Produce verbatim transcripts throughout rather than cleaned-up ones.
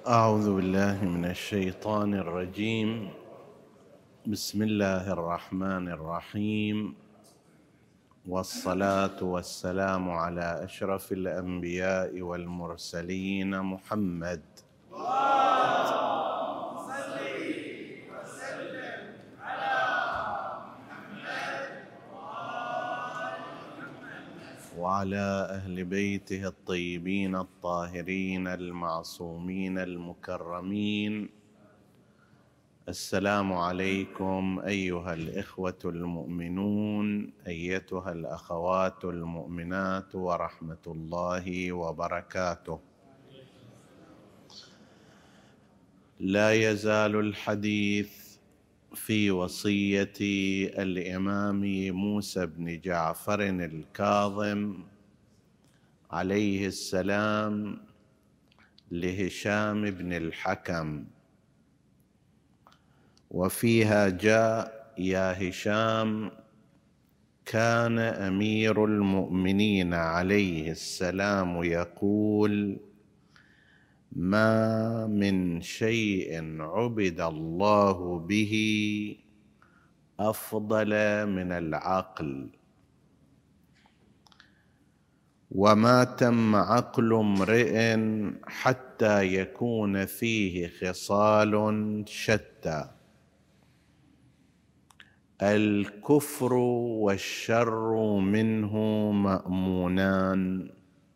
أعوذ بالله من الشيطان الرجيم. بسم الله الرحمن الرحيم، والصلاة والسلام على أشرف الأنبياء والمرسلين محمد وعلى أهل بيته الطيبين الطاهرين المعصومين المكرمين. السلام عليكم أيها الإخوة المؤمنون، أيتها الأخوات المؤمنات، ورحمة الله وبركاته. لا يزال الحديث في وصية الإمام موسى بن جعفر الكاظم عليه السلام لهشام بن الحكم، وفيها جاء: يا هشام، كان أمير المؤمنين عليه السلام يقول: ما من شيء عبد الله به أفضل من العقل، وما تم عقل امرئ حتى يكون فيه خصال شتى: الكفر والشر منه مأمونان،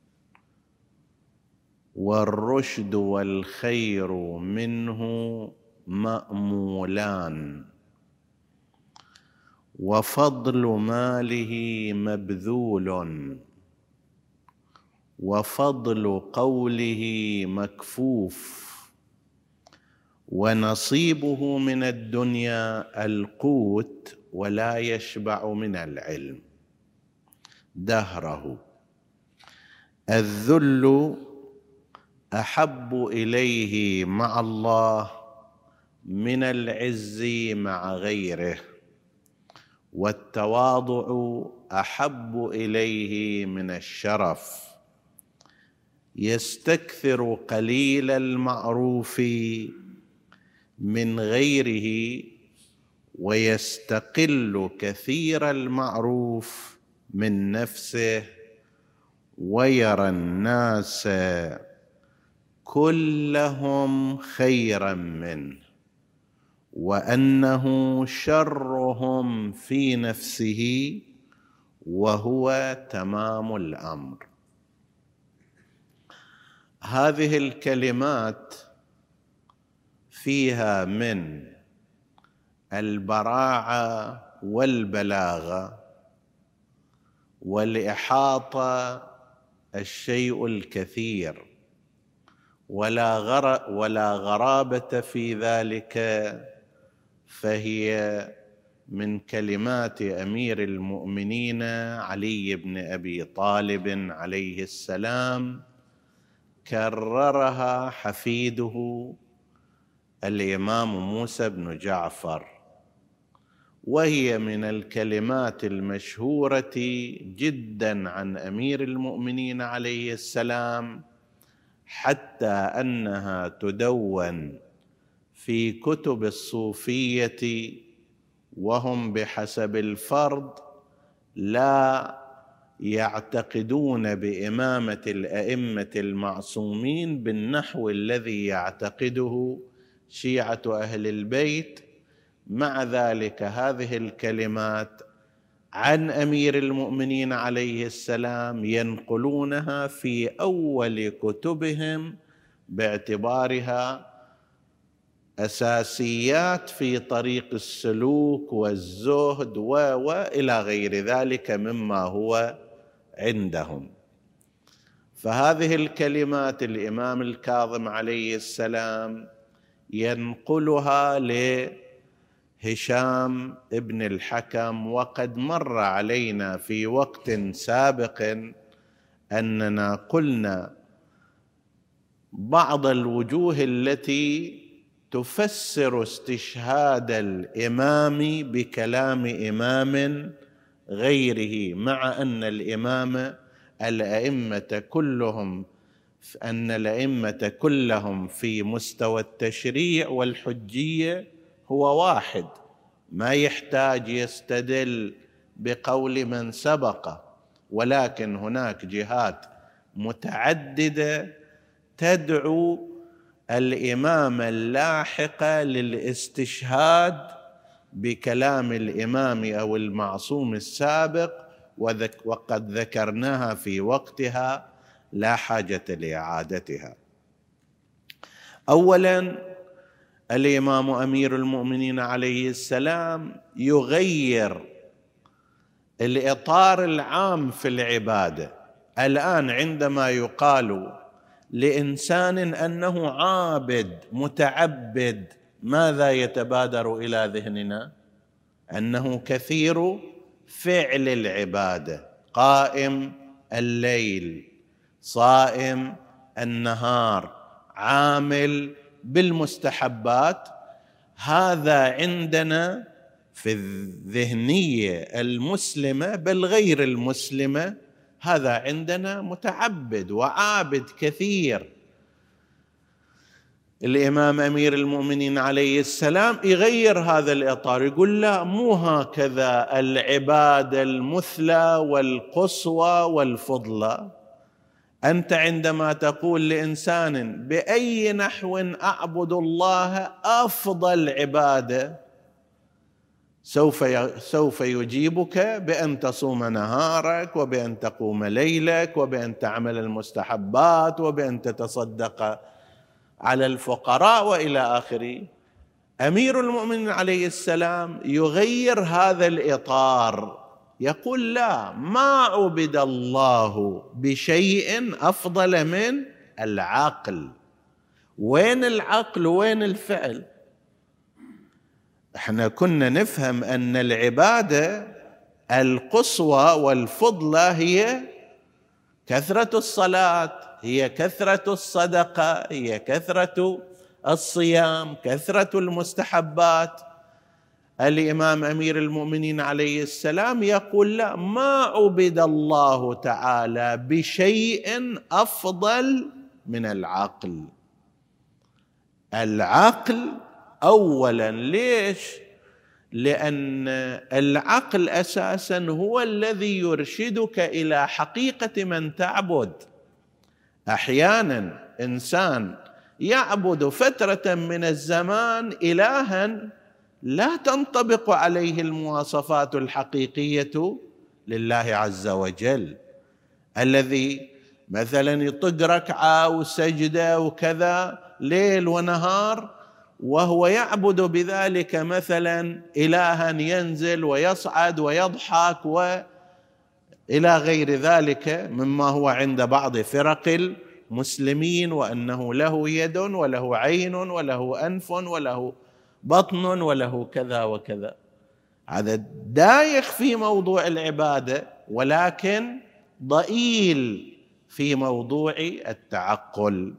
والرشد والخير منه مأمولان، وفضل ماله مبذول، وفضل قوله مكفوف، ونصيبه من الدنيا القوت ولا يشبع من العلم دهره. الذل أحب إليه مع الله من العز مع غيره، والتواضع أحب إليه من الشرف. يستكثر قليل المعروف من غيره، ويستقل كثير المعروف من نفسه، ويرى الناس كلهم خيرا منه، وأنه شرهم في نفسه، وهو تمام الأمر. هذه الكلمات فيها من البراعة والبلاغة والإحاطة الشيء الكثير، ولا غر ولا غرابة في ذلك، فهي من كلمات أمير المؤمنين علي بن أبي طالب عليه السلام، كررها حفيده الإمام موسى بن جعفر، وهي من الكلمات المشهورة جدا عن أمير المؤمنين عليه السلام، حتى أنها تدون في كتب الصوفية، وهم بحسب الفرض لا يعتقدون بإمامة الأئمة المعصومين بالنحو الذي يعتقده شيعة أهل البيت. مع ذلك هذه الكلمات عن أمير المؤمنين عليه السلام ينقلونها في أول كتبهم باعتبارها أساسيات في طريق السلوك والزهد وإلى غير ذلك مما هو عندهم. فهذه الكلمات الإمام الكاظم عليه السلام ينقلها لهشام ابن الحكم. وقد مر علينا في وقت سابق أننا قلنا بعض الوجوه التي تفسر استشهاد الإمام بكلام إمام غيره، مع أن الإمام الأئمة كلهم أن الأئمة كلهم في مستوى التشريع والحجية هو واحد، ما يحتاج يستدل بقول من سبق، ولكن هناك جهات متعددة تدعو الإمام اللاحق للاستشهاد بكلام الإمام أو المعصوم السابق، وقد ذكرناها في وقتها لا حاجة لإعادتها. أولاً، الإمام أمير المؤمنين عليه السلام يغير الإطار العام في العبادة. الآن عندما يقال لإنسان أنه عابد متعبد، ماذا يتبادر إلى ذهننا؟ أنه كثير فعل العبادة، قائم الليل، صائم النهار، عامل بالمستحبات. هذا عندنا في الذهنية المسلمة بل غير المسلمة، هذا عندنا متعبد وعابد كثير. الإمام أمير المؤمنين عليه السلام يغير هذا الإطار، يقول لا، مو هكذا العبادة المثلى والقصوى والفضلى. أنت عندما تقول لإنسان بأي نحو أعبد الله أفضل عبادة، سوف سوف يجيبك بأن تصوم نهارك، وبأن تقوم ليلك، وبأن تعمل المستحبات، وبأن تتصدق على الفقراء وإلى آخره. أمير المؤمنين عليه السلام يغير هذا الإطار، يقول لا، ما عبد الله بشيء أفضل من العقل. وين العقل وين الفعل؟ احنا كنا نفهم أن العبادة القصوى والفضلى هي كثرة الصلاة، هي كثرة الصدقة، هي كثرة الصيام، كثرة المستحبات. الإمام أمير المؤمنين عليه السلام يقول لا، ما عبد الله تعالى بشيء أفضل من العقل. العقل أولا، ليش؟ لأن العقل أساسا هو الذي يرشدك إلى حقيقة من تعبد. أحيانا إنسان يعبد فترة من الزمان إلها لا تنطبق عليه المواصفات الحقيقية لله عز وجل، الذي مثلا يطق ركعة وسجدة وكذا ليل ونهار، وهو يعبد بذلك مثلا إلها ينزل ويصعد ويضحك وإلى غير ذلك مما هو عند بعض فرق المسلمين، وأنه له يد وله عين وله أنف وله بطن وله كذا وكذا. هذا دايخ في موضوع العبادة، ولكن ضئيل في موضوع التعقل.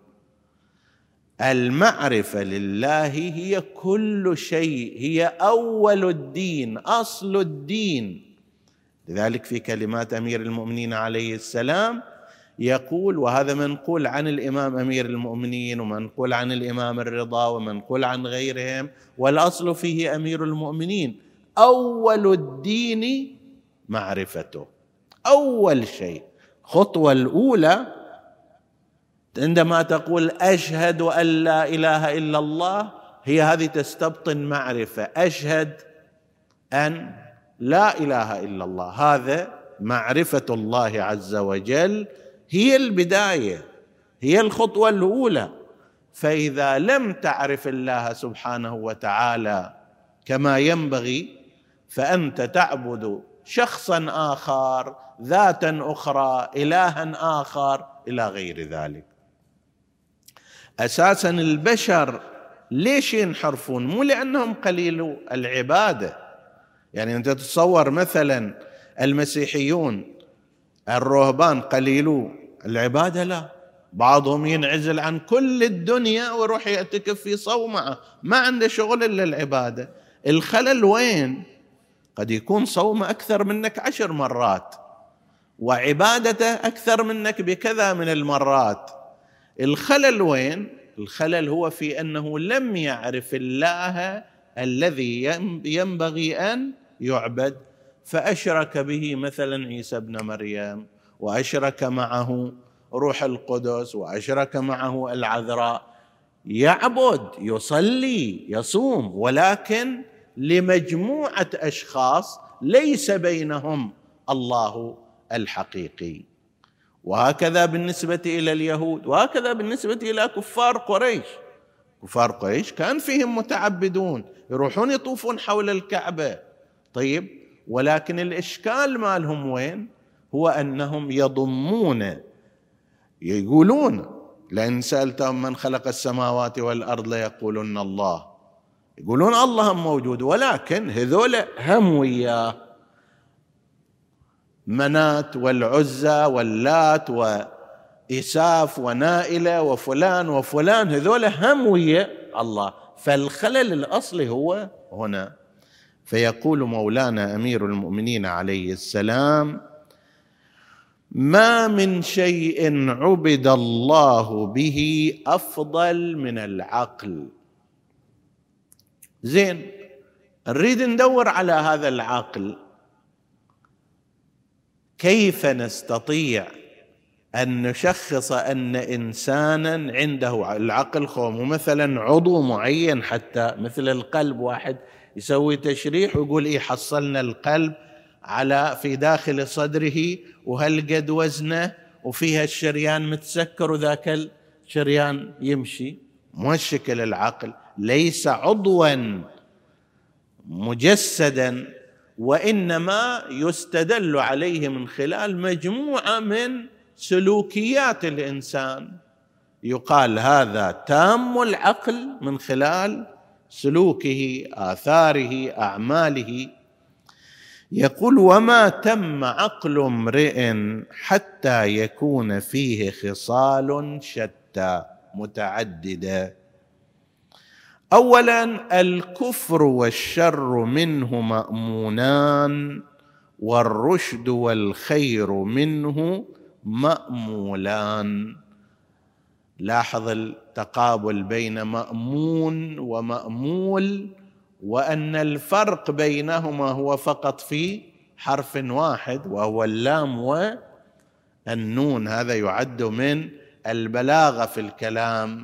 المعرفة لله هي كل شيء، هي أول الدين، أصل الدين. لذلك في كلمات أمير المؤمنين عليه السلام يقول، وهذا منقول عن الإمام أمير المؤمنين ومنقول عن الإمام الرضا ومنقول عن غيرهم، والأصل فيه أمير المؤمنين: أول الدين معرفته. أول شيء، خطوة الأولى عندما تقول أشهد أن لا إله إلا الله، هي هذه تستبطن معرفة. أشهد أن لا إله إلا الله، هذا معرفة الله عز وجل، هي البداية، هي الخطوة الأولى. فإذا لم تعرف الله سبحانه وتعالى كما ينبغي، فأنت تعبد شخصا آخر، ذاتا أخرى، إلها آخر، إلى غير ذلك. أساسا البشر ليش ينحرفون؟ مو لأنهم قليلو العبادة. يعني أنت تتصور مثلا المسيحيون الرهبان قليلو العبادة؟ لا، بعضهم ينعزل عن كل الدنيا ويروح يعتكف في صومعة، ما عنده شغل إلا العبادة. الخلل وين؟ قد يكون صومه أكثر منك عشر مرات، وعبادته أكثر منك بكذا من المرات، الخلل وين؟ الخلل هو في أنه لم يعرف الله الذي ينبغي أن يعبد، فأشرك به مثلا عيسى ابن مريم، وأشرك معه روح القدس، وأشرك معه العذراء. يعبد، يصلي، يصوم، ولكن لمجموعة أشخاص ليس بينهم الله الحقيقي. وهكذا بالنسبة إلى اليهود، وهكذا بالنسبة إلى كفار قريش. كفار قريش كان فيهم متعبدون يروحون يطوفون حول الكعبة، طيب، ولكن الإشكال مالهم وين؟ هو أنهم يضمون، يقولون لئن سألتهم من خلق السماوات والأرض ليقولن الله، يقولون الله موجود، ولكن هذول هم وياه منات والعزى واللات وإساف ونائلة وفلان وفلان، هذول هم ويا الله. فالخلل الأصلي هو هنا. فيقول مولانا أمير المؤمنين عليه السلام: ما من شيء عبد الله به أفضل من العقل. زين، نريد ندور على هذا العقل. كيف نستطيع أن نشخص أن إنسانا عنده العقل خوم مثلا عضو معين، حتى مثل القلب، واحد يسوي تشريح ويقول إيه حصلنا القلب على في داخل صدره وهالقد وزنه وفيها الشريان متسكر وذاك الشريان يمشي. مو الشكل العقل، ليس عضوا مجسدا، وإنما يستدل عليه من خلال مجموعة من سلوكيات الإنسان. يقال هذا تام العقل من خلال سلوكه، آثاره، أعماله. يقول: وما تم عقل امرئ حتى يكون فيه خصال شتى متعددة. أولا، الكفر والشر منه مأمونان، والرشد والخير منه مأمولان. لاحظ التقابل بين مأمون ومأمول، وأن الفرق بينهما هو فقط في حرف واحد وهو اللام والنون. هذا يعد من البلاغة في الكلام.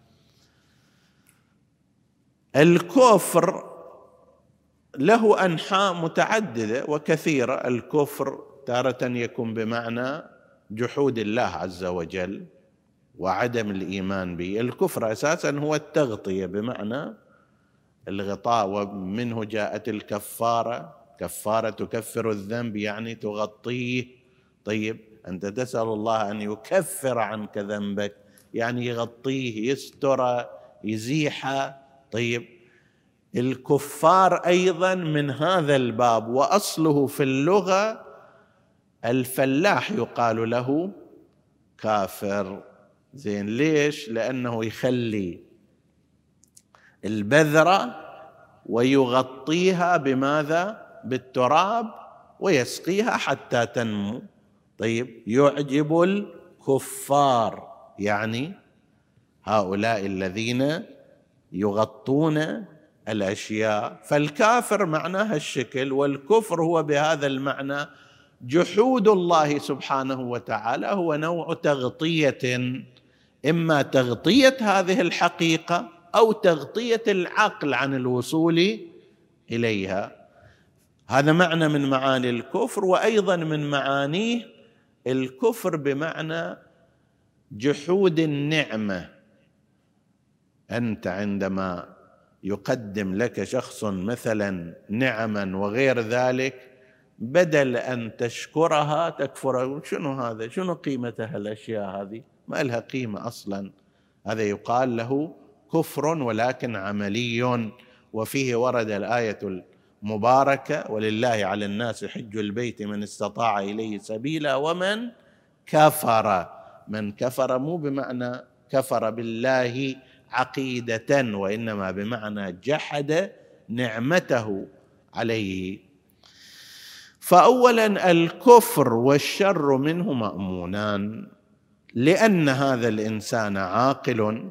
الكفر له أنحاء متعددة وكثيرة. الكفر تارة يكون بمعنى جحود الله عز وجل وعدم الإيمان به. الكفر أساسا هو التغطية بمعنى الغطاء، ومنه جاءت الكفارة. كفارة تكفر الذنب يعني تغطيه. طيب، أنت تسأل الله أن يكفر عنك ذنبك، يعني يغطيه، يستر، يزيحه. طيب، الكفار أيضا من هذا الباب، وأصله في اللغة الفلاح يقال له كافر. زين، ليش؟ لأنه يخلي البذرة ويغطيها بماذا؟ بالتراب، ويسقيها حتى تنمو. طيب، يعجب الكفار يعني هؤلاء الذين يغطون الأشياء. فالكافر معناها الشكل، والكفر هو بهذا المعنى جحود الله سبحانه وتعالى. هو نوع تغطية، إما تغطية هذه الحقيقة أو تغطية العقل عن الوصول إليها. هذا معنى من معاني الكفر. وأيضا من معانيه الكفر بمعنى جحود النعمة. أنت عندما يقدم لك شخص مثلا نعما وغير ذلك، بدل أن تشكرها تكفرها. شنو هذا؟ شنو قيمة هالأشياء هذه؟ ما لها قيمة أصلا. هذا يقال له كفر ولكن عملي. وفيه ورد الآية المباركة: ولله على الناس حج البيت من استطاع إليه سبيلا ومن كفر. من كفر مو بمعنى كفر بالله عقيدة، وإنما بمعنى جحد نعمته عليه. فأولا، الكفر والشر منه مأمونان. لأن هذا الإنسان عاقل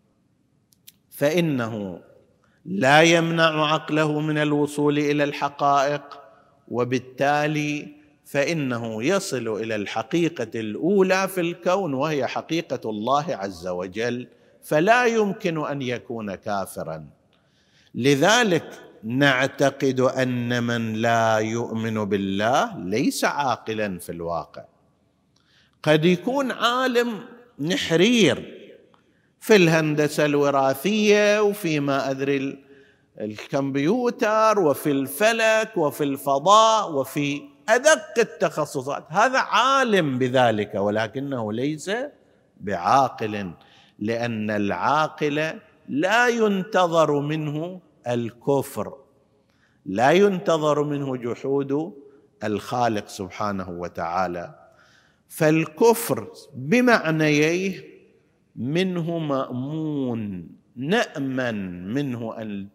فإنه لا يمنع عقله من الوصول إلى الحقائق، وبالتالي فإنه يصل إلى الحقيقة الأولى في الكون وهي حقيقة الله عز وجل، فلا يمكن أن يكون كافرا. لذلك نعتقد أن من لا يؤمن بالله ليس عاقلا في الواقع. قد يكون عالم نحرير في الهندسة الوراثية وفي ما أدري الكمبيوتر وفي الفلك وفي الفضاء وفي أدق التخصصات، هذا عالم بذلك، ولكنه ليس بعاقل، لأن العاقل لا ينتظر منه الكفر، لا ينتظر منه جحود الخالق سبحانه وتعالى. فالكفر بمعنييه منه مأمون، نأمن منه أن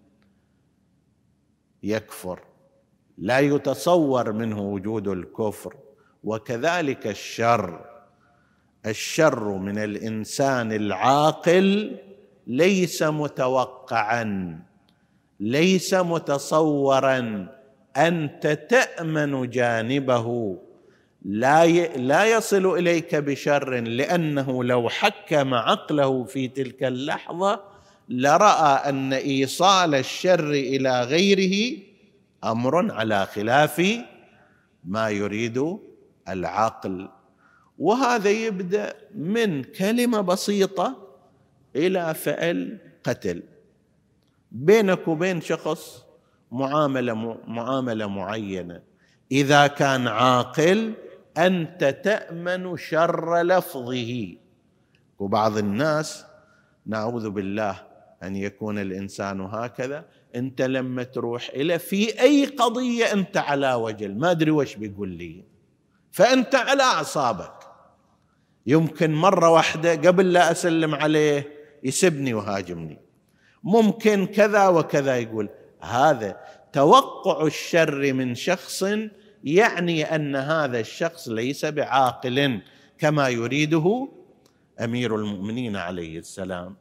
يكفر، لا يتصور منه وجود الكفر. وكذلك الشر، الشر من الإنسان العاقل ليس متوقعا، ليس متصورا، أنت تأمن جانبه، لا لا يصل إليك بشر، لأنه لو حكم عقله في تلك اللحظة لرأى أن إيصال الشر إلى غيره أمر على خلاف ما يريد العقل. وهذا يبدأ من كلمة بسيطة إلى فعل قتل بينك وبين شخص، معاملة معاملة معينة. إذا كان عاقل أنت تأمن شر لفظه. وبعض الناس نعوذ بالله أن يكون الإنسان هكذا، أنت لما تروح إلى في أي قضية أنت على وجل، ما أدري وش بيقول لي، فأنت على أعصابك. يمكن مرة واحدة قبل لا أسلم عليه يسبني وهاجمني، ممكن كذا وكذا يقول. هذا توقع الشر من شخص يعني أن هذا الشخص ليس بعاقل كما يريده أمير المؤمنين عليه السلام.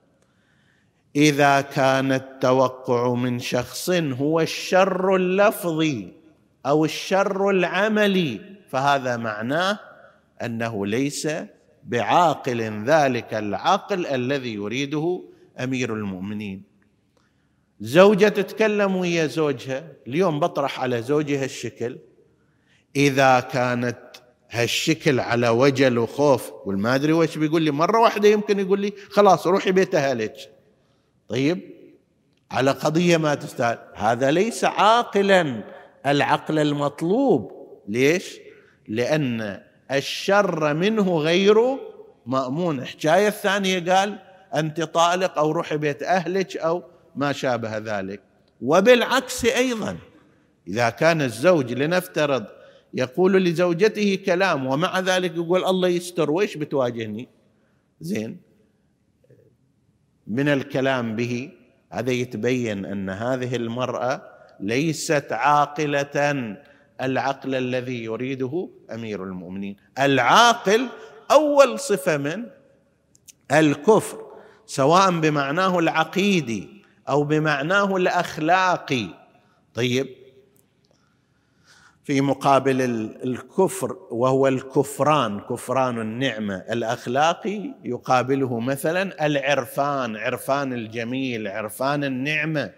إذا كان التوقع من شخص هو الشر اللفظي أو الشر العملي، فهذا معناه أنه ليس بعاقل، ذلك العقل الذي يريده أمير المؤمنين. زوجة تتكلم ويا زوجها، اليوم بطرح على زوجي هالشكل، إذا كانت هالشكل على وجل وخوف والما أدري وش بيقول لي، مرة واحدة يمكن يقول لي خلاص روحي بيت أهلك، طيب على قضية ما تستاهل، هذا ليس عاقلا العقل المطلوب. ليش؟ لأن الشر منه غير مأمون. حكاية الثانية قال أنت طالق أو روحي بيت أهلك أو ما شابه ذلك. وبالعكس أيضا، إذا كان الزوج لنفترض يقول لزوجته كلام ومع ذلك يقول الله يستر ويش بتواجهني، زين، من الكلام به، هذا يتبين أن هذه المرأة ليست عاقلة العقل الذي يريده أمير المؤمنين. العاقل أول صفة من الكفر، سواء بمعناه العقيدي أو بمعناه الأخلاقي. طيب، في مقابل الكفر وهو الكفران، كفران النعمة الأخلاقي، يقابله مثلا العرفان، عرفان الجميل، عرفان النعمة.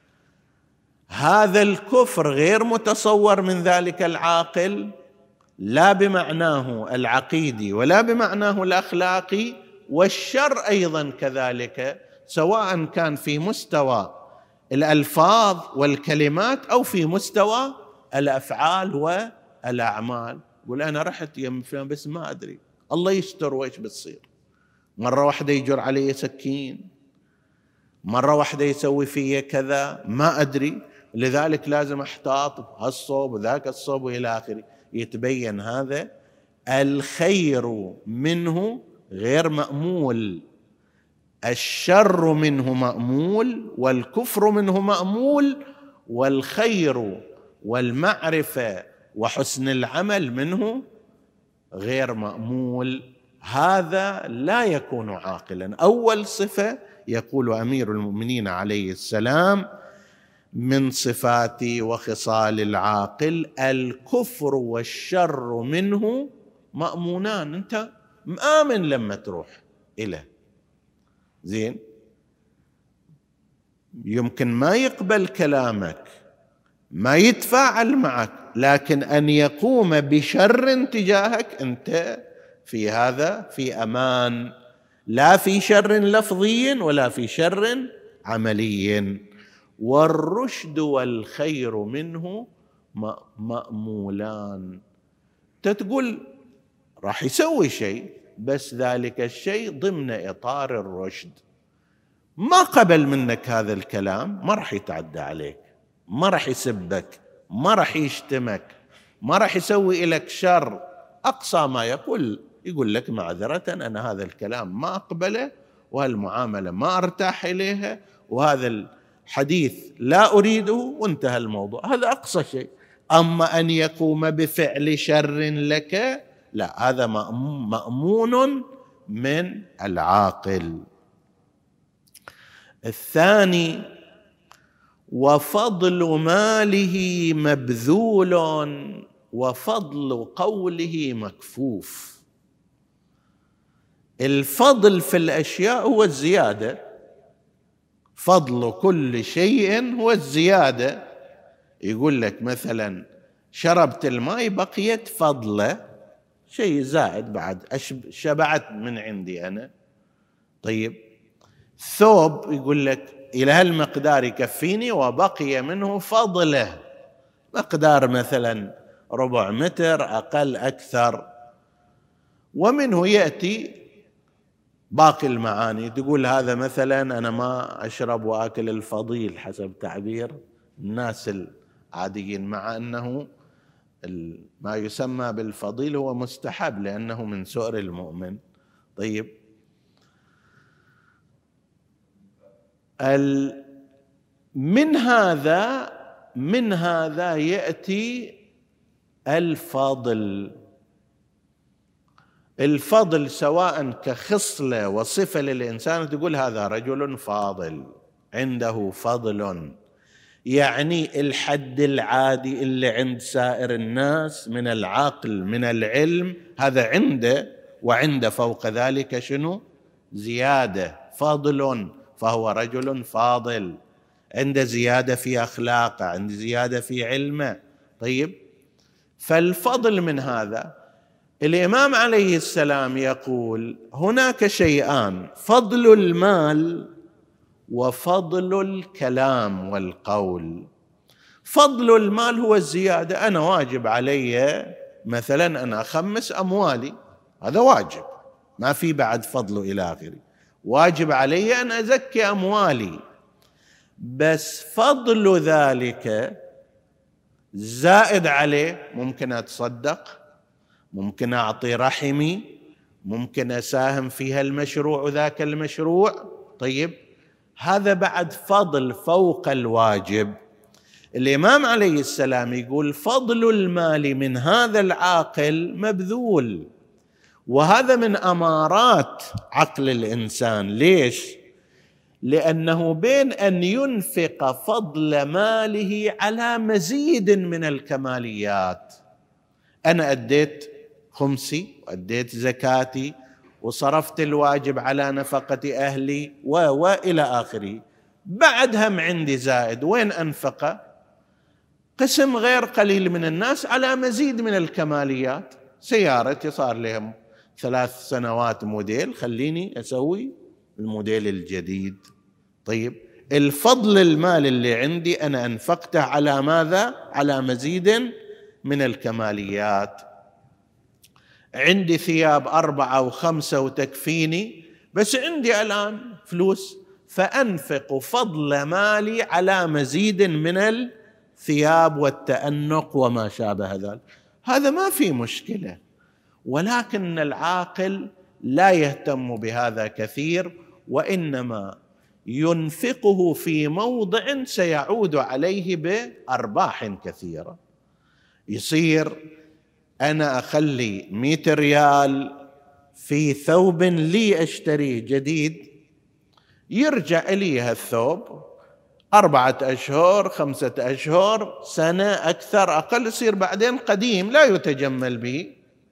هذا الكفر غير متصور من ذلك العاقل، لا بمعناه العقيدي ولا بمعناه الأخلاقي. والشر أيضا كذلك، سواء كان في مستوى الألفاظ والكلمات أو في مستوى الأفعال والأعمال. يقول أنا رحت يم فلان بس ما أدري، الله يستر وإيش بتصير، مرة واحدة يجر علي سكين، مرة واحدة يسوي فيه كذا، ما أدري، لذلك لازم أحتاط هالصوب وذاك الصوب وإلى آخره. يتبين هذا الخير منه غير مأمول، الشر منه مأمول، والكفر منه مأمول، والخير والمعرفة وحسن العمل منه غير مأمول. هذا لا يكون عاقلا. أول صفة يقول أمير المؤمنين عليه السلام من صفات وخصال العاقل: الكفر والشر منه مأمونان. أنت مآمن لما تروح إليه، زين، يمكن ما يقبل كلامك، ما يتفاعل معك، لكن أن يقوم بشر تجاهك أنت في هذا في أمان، لا في شر لفظي ولا في شر عملي. والرشد والخير منه مأمولان. تقول راح يسوي شيء، بس ذلك الشيء ضمن إطار الرشد. ما قبل منك هذا الكلام ما راح يتعدى عليك، ما راح يسبك، ما راح يشتمك، ما راح يسوي لك شر. أقصى ما يقول يقول لك معذرة أنا هذا الكلام ما أقبله، وهالمعاملة ما أرتاح إليها، وهذا الحديث لا أريده، وانتهى الموضوع. هذا أقصى شيء. أما أن يقوم بفعل شر لك لا، هذا مأمون من العاقل. الثاني: وفضل ماله مبذول وفضل قوله مكفوف. الفضل في الأشياء هو الزيادة، فضل كل شيء هو الزيادة. يقول لك مثلا شربت الماء بقيت فضله، شيء زائد بعد، شبعت من عندي أنا. طيب ثوب يقول لك إلى هالمقدار يكفيني وبقي منه فضله، مقدار مثلا ربع متر أقل أكثر. ومنه يأتي باقي المعاني، تقول هذا مثلا أنا ما أشرب وأكل الفضيل حسب تعبير الناس العاديين، مع أنه ما يسمى بالفضيل هو مستحب لأنه من سؤر المؤمن. طيب من هذا من هذا يأتي الفضل. الفضل سواء كخصلة وصفة للإنسان، تقول هذا رجل فاضل عنده فضل، يعني الحد العادي اللي عند سائر الناس من العقل من العلم هذا عنده، وعنده فوق ذلك شنو؟ زيادة، فضل، فهو رجل فاضل، عنده زيادة في أخلاقه، عنده زيادة في علمه. طيب فالفضل من هذا. الإمام عليه السلام يقول هناك شيئان: فضل المال وفضل الكلام والقول. فضل المال هو الزيادة، أنا واجب علي مثلا أن أخمس أموالي، هذا واجب، ما في بعد فضل إلى آخره. واجب علي أن أزكي أموالي، بس فضل ذلك زائد عليه ممكن أتصدق، ممكن أعطي رحمي، ممكن أساهم في هالمشروع وذاك المشروع. طيب هذا بعد فضل فوق الواجب. الإمام عليه السلام يقول فضل المال من هذا العاقل مبذول، وهذا من أمارات عقل الإنسان. ليش؟ لأنه بين أن ينفق فضل ماله على مزيد من الكماليات، أنا أديت خمسي وأديت زكاتي وصرفت الواجب على نفقة أهلي و وإلى آخره، بعد هم عندي زائد، وين أنفقه؟ قسم غير قليل من الناس على مزيد من الكماليات. سيارتي صار لهم ثلاث سنوات موديل، خليني أسوي الموديل الجديد. طيب الفضل المال اللي عندي أنا أنفقته على ماذا؟ على مزيد من الكماليات. عندي ثياب أربعة وخمسة وتكفيني، بس عندي الآن فلوس، فأنفق فضل مالي على مزيد من الثياب والتأنق وما شابه ذلك. هذا ما في مشكلة، ولكن العاقل لا يهتم بهذا كثير، وإنما ينفقه في موضع سيعود عليه بأرباح كثيرة. يصير أنا أخلي مئة ريال في ثوب لي أشتريه جديد، يرجع إلي هالثوب أربعة أشهر، خمسة أشهر، سنة، أكثر أقل، يصير بعدين قديم لا يتجمل به،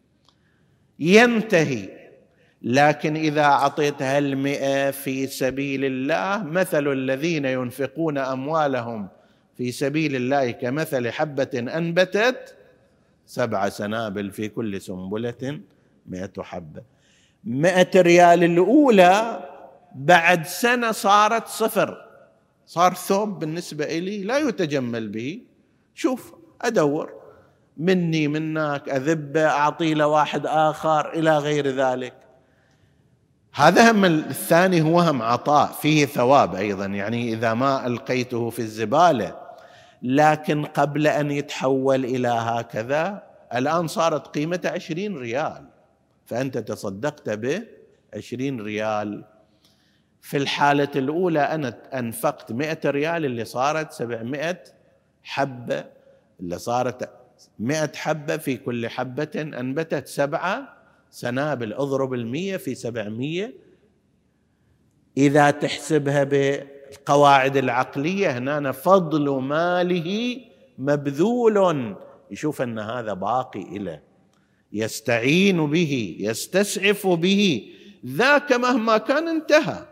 ينتهي. لكن إذا أعطيتها المئة في سبيل الله، مثل الذين ينفقون أموالهم في سبيل الله كمثل حبة أنبتت سبع سنابل في كل سنبلة مئة حبة. مئة ريال الأولى بعد سنة صارت صفر، صار ثوب بالنسبة إلي لا يتجمل به. شوف، أدور مني منك، أذبه، أعطي له واحد آخر إلى غير ذلك. هذا هم. الثاني هو هم عطاء فيه ثواب أيضا، يعني إذا ما ألقيته في الزبالة. لكن قبل أن يتحول إلى هكذا، الآن صارت قيمته عشرين ريال، فأنت تصدقت به عشرين ريال. في الحالة الأولى أنا أنفقت مئة ريال، اللي صارت سبعمائة حبة، اللي صارت مئة حبة، في كل حبة أنبتت سبعة سنابل. اضرب المية في سبعمية. إذا تحسبها بالقواعد العقلية، هنا فضل ماله مبذول، يشوف أن هذا باقي إله، يستعين به، يستسعف به، ذاك مهما كان انتهى.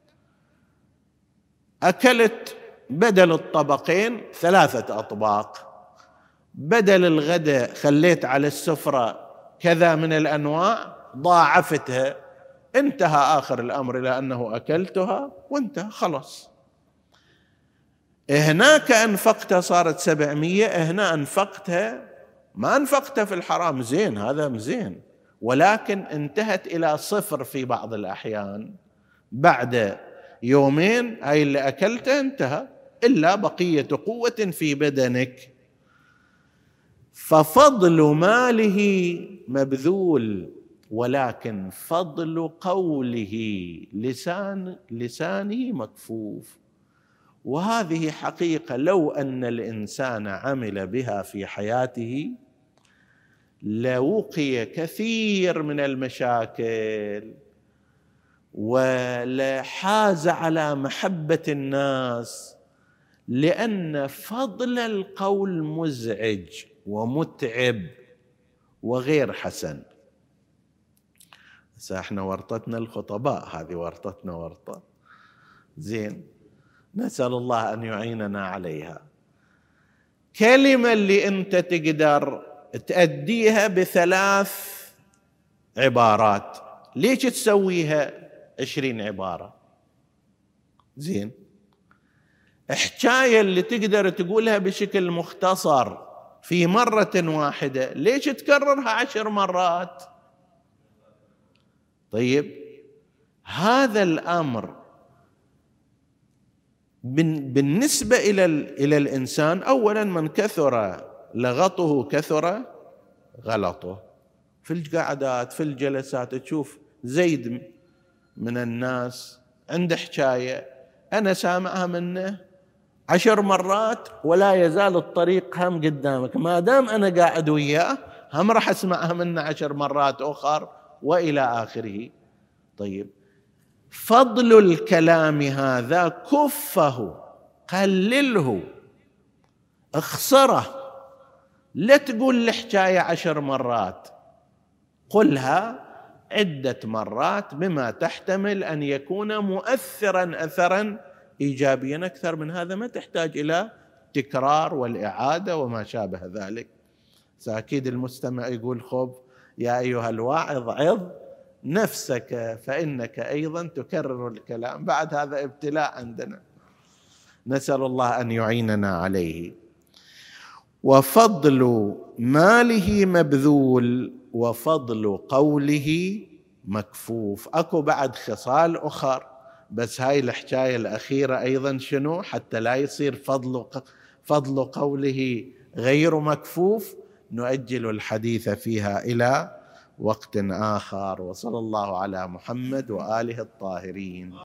أكلت بدل الطبقين ثلاثة أطباق، بدل الغداء خليت على السفرة كذا من الأنواع، ضاعفتها، انتهى آخر الأمر إلى أنه أكلتها وانتهى خلاص. هناك أنفقتها صارت سبعمية، هنا أنفقتها، ما أنفقتها في الحرام، زين، هذا زين، ولكن انتهت إلى صفر في بعض الأحيان. بعد يومين هاي اللي أكلته انتهى، إلا بقية قوة في بدنك. ففضل ماله مبذول، ولكن فضل قوله لسان لسانه مكفوف. وهذه حقيقة لو أن الإنسان عمل بها في حياته لوقي كثير من المشاكل، ولحاز على محبة الناس، لأن فضل القول مزعج ومتعب وغير حسن. احنا ورطتنا الخطباء، هذه ورطتنا ورطة زين، نسأل الله أن يعيننا عليها. كلمة اللي أنت تقدر تأديها بثلاث عبارات، ليش تسويها عشرين عبارة؟ زين. حكاية اللي تقدر تقولها بشكل مختصر في مرة واحدة، ليش تكررها عشر مرات؟ طيب، هذا الأمر بالنسبة إلى إلى الإنسان، أولا من كثر لغطه كثر غلطه. في القعدات، في الجلسات، تشوف زيد من الناس عنده حكاية أنا سامعها منه عشر مرات ولا يزال الطريق هم قدامك، ما دام أنا قاعد وياه هم راح أسمعها منه عشر مرات أخر وإلى آخره. طيب، فضل الكلام هذا كفه، قلله، اخسره. لا تقول الحكاية عشر مرات، قلها عدة مرات بما تحتمل أن يكون مؤثرا أثرا إيجابيا. أكثر من هذا ما تحتاج إلى تكرار والإعادة وما شابه ذلك. سأكيد المستمع يقول خب يا أيها الواعظ عظ نفسك فإنك أيضا تكرر الكلام. بعد هذا ابتلاء عندنا، نسأل الله أن يعيننا عليه. وفضل ماله مبذول، وفضل قوله مكفوف. أكو بعد خصال أخر، بس هاي الحكاية الأخيرة أيضا شنو؟ حتى لا يصير فضل فضل قوله غير مكفوف، نؤجل الحديث فيها إلى وقت آخر. وصلى الله على محمد وآله الطاهرين.